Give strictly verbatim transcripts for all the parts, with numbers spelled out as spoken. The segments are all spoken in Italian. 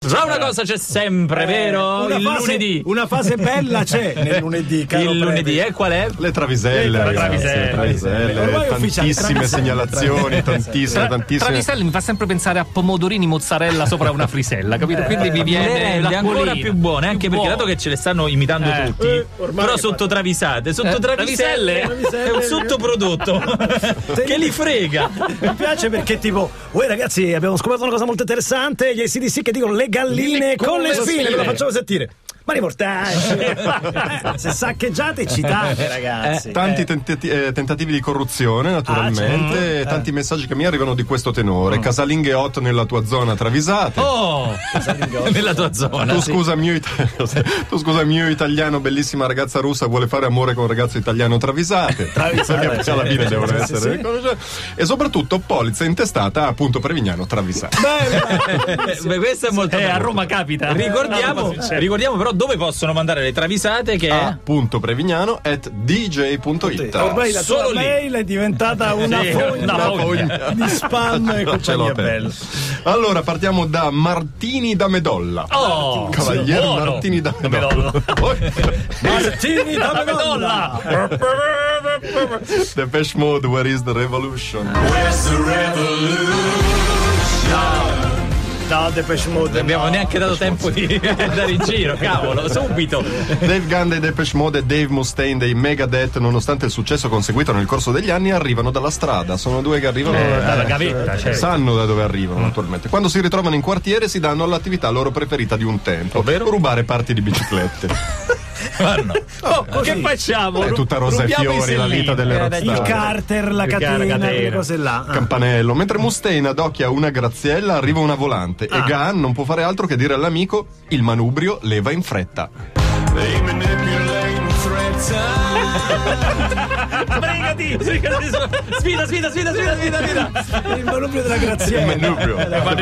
Già una cosa c'è sempre, eh, vero? Una il fase, lunedì. Una fase bella c'è nel lunedì. Il lunedì, eh, qual è? Le traviselle, le ragazzi, traviselle, le traviselle, Ormai tantissime traviselle. segnalazioni, tantissime, tantissime. Traviselle mi fa sempre pensare a pomodorini mozzarella sopra una frisella, capito? Quindi mi viene le ancora l'acquolina. più buone, anche Più perché buone. dato che ce le stanno imitando Eh. tutti, Eh, ormai però è sotto travisate, sotto Eh, traviselle, traviselle. è un sottoprodotto che li frega. Mi piace perché tipo, uè ragazzi, abbiamo scoperto una cosa molto interessante, gli A C D C che dicono le galline con, con le le spine, spine. ve lo facciamo sentire. Ma riportaggi, eh, se saccheggiate citate, ragazzi. Tanti tentati- eh, tentativi di corruzione, naturalmente, Ah, certo. tanti messaggi che mi arrivano di questo tenore. Casalinghe hot nella tua zona travisate. Oh, nella tua zona. Tu sì. scusa mio, ita- tu scusa mio italiano, bellissima ragazza russa vuole fare amore con un ragazzo italiano travisate. Travisate, Perché alla fine sì, devono sì, essere. E soprattutto polizza intestata a punto Prevignano travisate. Beh, questo è molto Eh, bello. a Roma capita. Ricordiamo, ricordiamo però dove possono mandare le travisate che è A punto Prevignano at d j punto it. Ormai la Solo tua lì. mail è diventata una Sì, fogna, una fogna. di spam e Ce l'ho compagnia aperta. bella. Allora partiamo da Martini da Medolla. Oh, Cavaliere buono. Martini da Da Medolla. Martini da La Medolla. Medolla. Depeche Mode, Where is the Revolution? No, Depeche Mode. non abbiamo no. neanche dato tempo di andare in giro, cavolo, subito. Dave Gunn dei Depeche Mode e Dave Mustaine dei Megadeth, nonostante il successo conseguito nel corso degli anni, arrivano dalla strada. Sono due che arrivano Eh, dalla gavetta, certo. sanno da dove arrivano, naturalmente. Quando si ritrovano in quartiere si danno all'attività loro preferita di un tempo, Ovvero? rubare parti di biciclette. Guarda. Oh, che facciamo? È tutta rosa e Rubiamo i fiori la sellini. vita delle Eh, rockstar. Il carter, la Il car- catena, catena. quelle cose là. Ah. Campanello. Mentre Mustaine adocchia una graziella, arriva una volante e Gunn non può fare altro che dire all'amico: il manubrio leva in fretta. Sbrigati, sbrigati. Sfida, sfida, sfida, sfida, sfida, sfida. Il manubrio della Graziella. Il manubrio.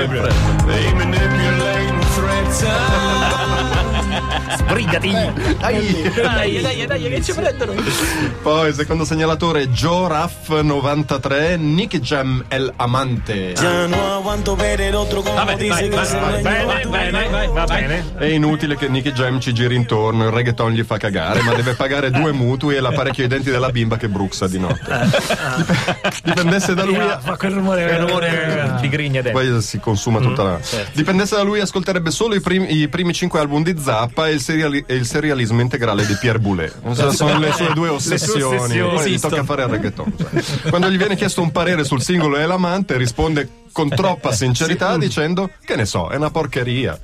Sbrigati. Dai. Dai, dai, dai, che ci prendono? Poi, secondo segnalatore, Joe Raff novantatré, Nicky Jam El Amante. Vabbè, vai, vai, vai, vai, vai, vai, vai, va bene. È inutile che Nicky Jam ci giri intorno, il reggaeton gli fa cagare, ma deve pagare due mutui e l'apparecchio ai denti della bimba che bruxa di notte. Dipendesse da lui, Fa quel rumore. Che rumore di grigna dentro. poi si consuma tutta la. Dipendesse da lui, ascolterebbe solo i primi, i primi cinque album di Zappa e il, seriali- e il serialismo integrale di Pierre Boulez. Sono le sue due ossessioni. ossessioni. Poi gli Esistono. tocca fare il reggaeton. Cioè. Quando gli viene chiesto un parere sul singolo e l'amante, risponde con troppa sincerità dicendo: che ne so, è una porcheria.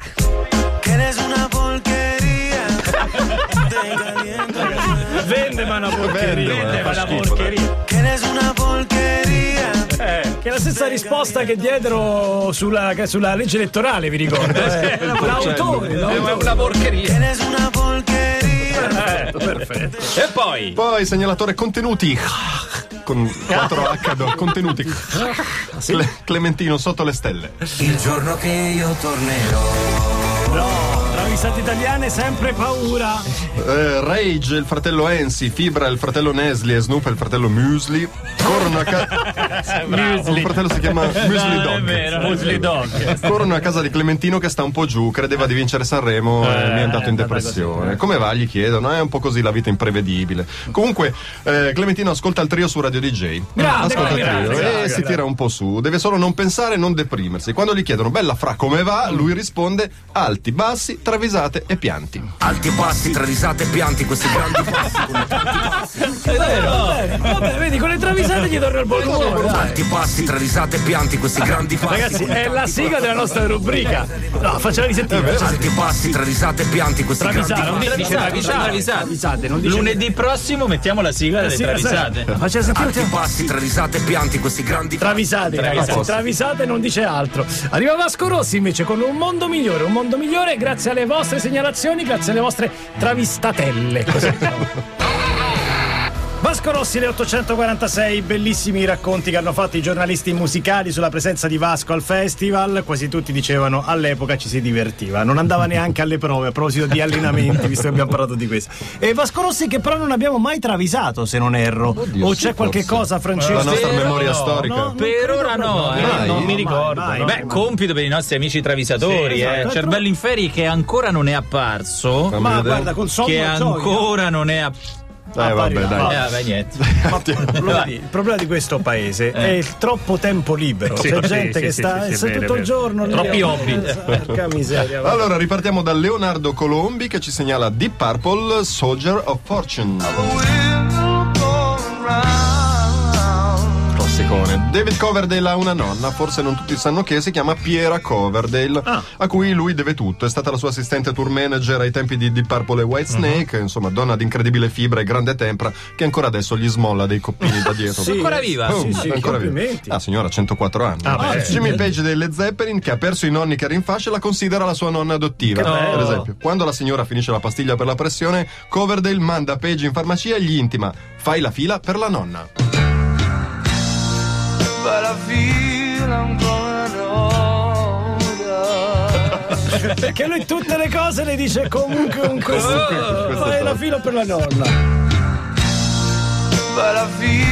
Vende ma una porcheria. Vende, ma Ma la schifo, porcheria. Che è la stessa risposta che diedero sulla, che sulla legge elettorale, vi ricordo. Eh. L'autore, È l'autore. una porcheria. Perfetto. E poi? Poi segnalatore contenuti con quattro H do- contenuti Cle- Clementino sotto le stelle. Il giorno che io tornerò. No, travisate italiane sempre paura. Eh, Rage il fratello Ensi, Fibra il fratello Nesli e Snoop il fratello Muesli corrono a casa. Un fratello si chiama Muesli No, Dog. è vero, Musli dog. Corrono a casa di Clementino che sta un po' giù, credeva di vincere Sanremo e mi è andato in depressione. Come va? Gli chiedono, è un po' così la vita imprevedibile. Comunque, eh, Clementino ascolta il trio su Radio D J. Grande, ascolta il grande, trio grande, e si tira un po' su. Deve solo non pensare e non deprimersi. Quando gli chiedono, bella fra, come va? Lui risponde, alti, bassi, travisate e pianti. Alti passi, travisate e pianti, questi grandi passi come tanti passi. È vero. Vabbè, vabbè, vedi, con le travisate gli torna il buon umore. dai. Alti passi, travisate e pianti, questi grandi passi. Ragazzi, è la sigla della nostra rubrica. No, facciamo risentire. Alti passi, travisate e pianti, questi Travisate, grandi non passi. dice Travisate, travisate. Travisate, non dice Lunedì prossimo mettiamo la sigla delle Sì, travisate. sai, Facciamo sentire. Alti passi, travisate e pianti, questi grandi Travisate, ragazzi, Travisate. travisate non dice altro. Arriva Vasco Rossi invece con un mondo migliore, un mondo migliore grazie alle vostre segnalazioni, grazie alle vostre travistatelle. Così. Vasco Rossi, le ottocentoquarantasei, bellissimi racconti che hanno fatto i giornalisti musicali sulla presenza di Vasco al festival. Quasi tutti dicevano all'epoca ci si divertiva, non andava neanche alle prove, a proposito di allenamenti, visto che abbiamo parlato di questo. E Vasco Rossi che però non abbiamo mai travisato, se non erro. Oddio, o sì, c'è qualche forse. cosa, Francesco? La nostra Per memoria no, storica. no, Per ora no, proprio, eh, mai, non mi mai, ricordo. mai, Beh, mai. compito per i nostri amici travisatori, Sì, eh. esatto. Cervello in Ferie che ancora non è apparso, Fammi Ma vedere. guarda, con sonno che e gioia. ancora non è apparso. Eh, vabbè, Eh, dai. vabbè, niente. Ma il, problema di, il problema di questo paese è il troppo tempo libero. Sì, C'è sì, gente sì, che sì, sta sì, sì, sta vero, tutto il vero. giorno lì. Troppi hobby. Eh, Porca miseria. va. Allora ripartiamo da Leonardo Colombi che ci segnala Deep Purple, Soldier of Fortune. Classicone. David Coverdale ha una nonna, forse non tutti sanno che, si chiama Piera Coverdale, Ah. a cui lui deve tutto. È stata la sua assistente tour manager ai tempi di Deep Purple e Whitesnake, uh-huh. insomma donna di incredibile fibra e grande tempra che ancora adesso gli smolla dei coppini da dietro. Sì, Ancora viva? Boom, Sì, sì, ancora viva. complimenti. Ah, signora, centoquattro anni. Ah, beh. Jimmy Page dei Led Zeppelin, che ha perso i nonni che era in fascia, la considera la sua nonna adottiva. Che bello. Per esempio, quando la signora finisce la pastiglia per la pressione, Coverdale manda Page in farmacia e gli intima: fai la fila per la nonna. Perché lui tutte le cose le dice comunque con questo. Comunque, Fai la fila per la nonna. Per la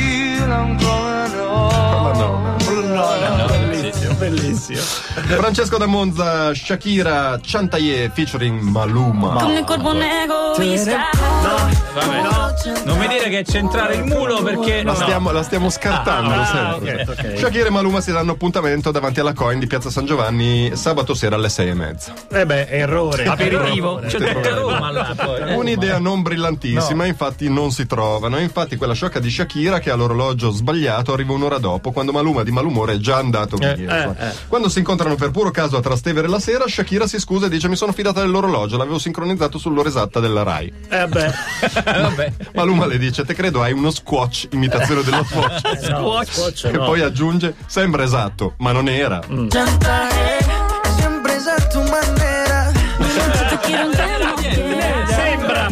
nonna. No, no, bellissimo, bellissimo. Francesco da Monza, Shakira, Chantaye featuring Maluma. Con mi corpo negro egoista. Vabbè, no. Non mi dire che è centrare il mulo perché. La no. stiamo, la stiamo scartando Ah, sempre. ok, ok. Shakira e Maluma si danno appuntamento davanti alla Coin di Piazza San Giovanni sabato sera alle sei e mezza. Eh beh, errore. Aperitivo. C'è tutta Roma là poi. Un'idea non brillantissima, infatti non si trovano. Infatti quella sciocca di Shakira che ha l'orologio sbagliato arriva un'ora dopo, quando Maluma di malumore è già andato via. eh, insomma. eh. Quando si incontrano per puro caso a Trastevere la sera, Shakira si scusa e dice: mi sono fidata dell'orologio, l'avevo sincronizzato sull'ora esatta della Rai. Eh beh. Vabbè. Maluma le dice: te credo hai uno squatch, imitazione dello squatch. No, scotch, E no. poi aggiunge: sembra esatto, ma non era. Chantaje, siempre es a tu manera. Si te quiero entero, Sembra.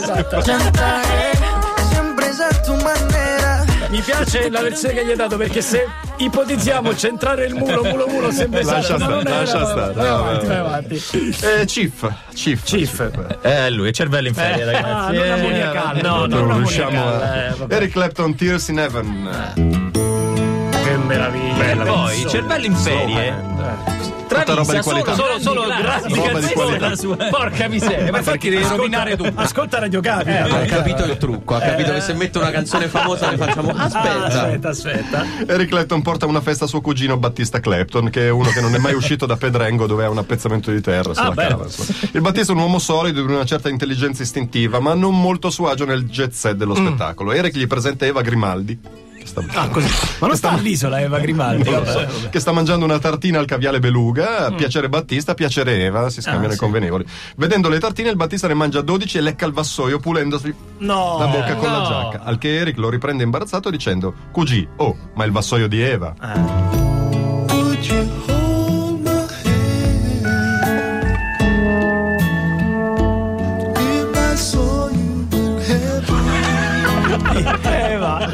chantaje, siempre es a tu manera. Mi piace la versione che gli hai dato, perché se ipotizziamo centrare il mulo, mulo, mulo, sempre Lascia esatto, ma non stare, era, lascia vai, stare. Vai avanti, vai avanti. Eh, Chief, Chief, Chief. Eh, lui, cervello in ferie, Ah, ragazzi. non Eh, ammoniacale, no, Non no, non riusciamo ammoniacale. a... Eh, vabbè. Eric Clapton, Tears in Heaven. Che meraviglia. E poi, cervello in ferie. Tutta roba di qualità. Solo, solo grandi Roba di qualità. Porca miseria, ma perché devi rovinare tu? Ascolta Radio Capita. Ha capito il trucco, ha capito che se mette una canzone famosa ne facciamo Ah, aspetta. aspetta, aspetta. Eric Clapton porta a una festa a suo cugino Battista Clapton, che è uno che non è mai uscito da Pedrengo, dove ha un appezzamento di terra. Se Ah, la beh. cava, insomma. Il Battista è un uomo solido di una certa intelligenza istintiva, ma non molto a suo agio nel jet set dello spettacolo. Eric gli presenta Eva Grimaldi. Che sta, Ah, così. Ma non sta all'isola Eva Grimaldi. non lo so, Vabbè, vabbè. che sta mangiando una tartina al caviale beluga. Piacere Battista, piacere Eva, si scambiano Ah, i sì. convenevoli. Vedendo le tartine, il Battista ne mangia dodici e lecca il vassoio pulendosi No. la bocca con la no. giacca. Al che Eric lo riprende imbarazzato dicendo: cugì, oh, ma il vassoio di Eva. Eva.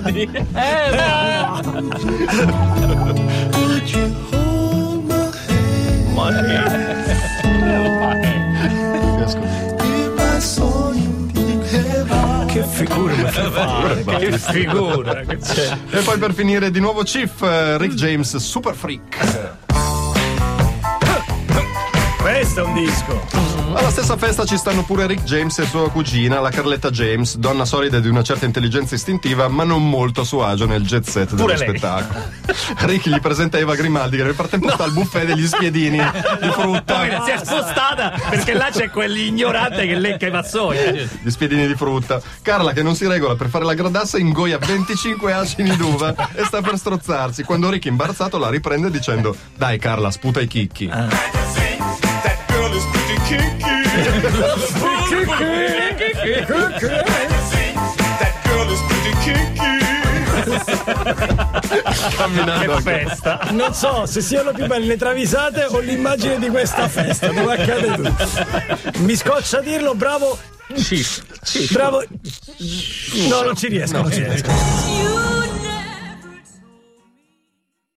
Che figura mi fa fare. Che figura. che c'è. E poi per finire di nuovo Chief, eh, Rick James, Super Freak. Questo è un disco. Alla stessa festa ci stanno pure Rick James e sua cugina, la Carletta James, donna solida di una certa intelligenza istintiva, ma non molto a suo agio nel jet set dello Pure lei. spettacolo. Rick gli presenta Eva Grimaldi, che nel frattempo sta al buffet degli spiedini di frutta. Si è spostata perché là c'è quell'ignorante che lecca i vassoi. Gli spiedini di frutta. Carla, che non si regola per fare la gradassa, ingoia venticinque acini d'uva e sta per strozzarsi, quando Rick, imbarazzato, la riprende dicendo: dai Carla, sputa i chicchi. camminando. Che festa. Non so se siano più belle le travisate o l'immagine di questa festa dove accade tutto. Mi scoccia dirlo, bravo. Sì, sì. Bravo. No, non ci riesco, non ci riesco.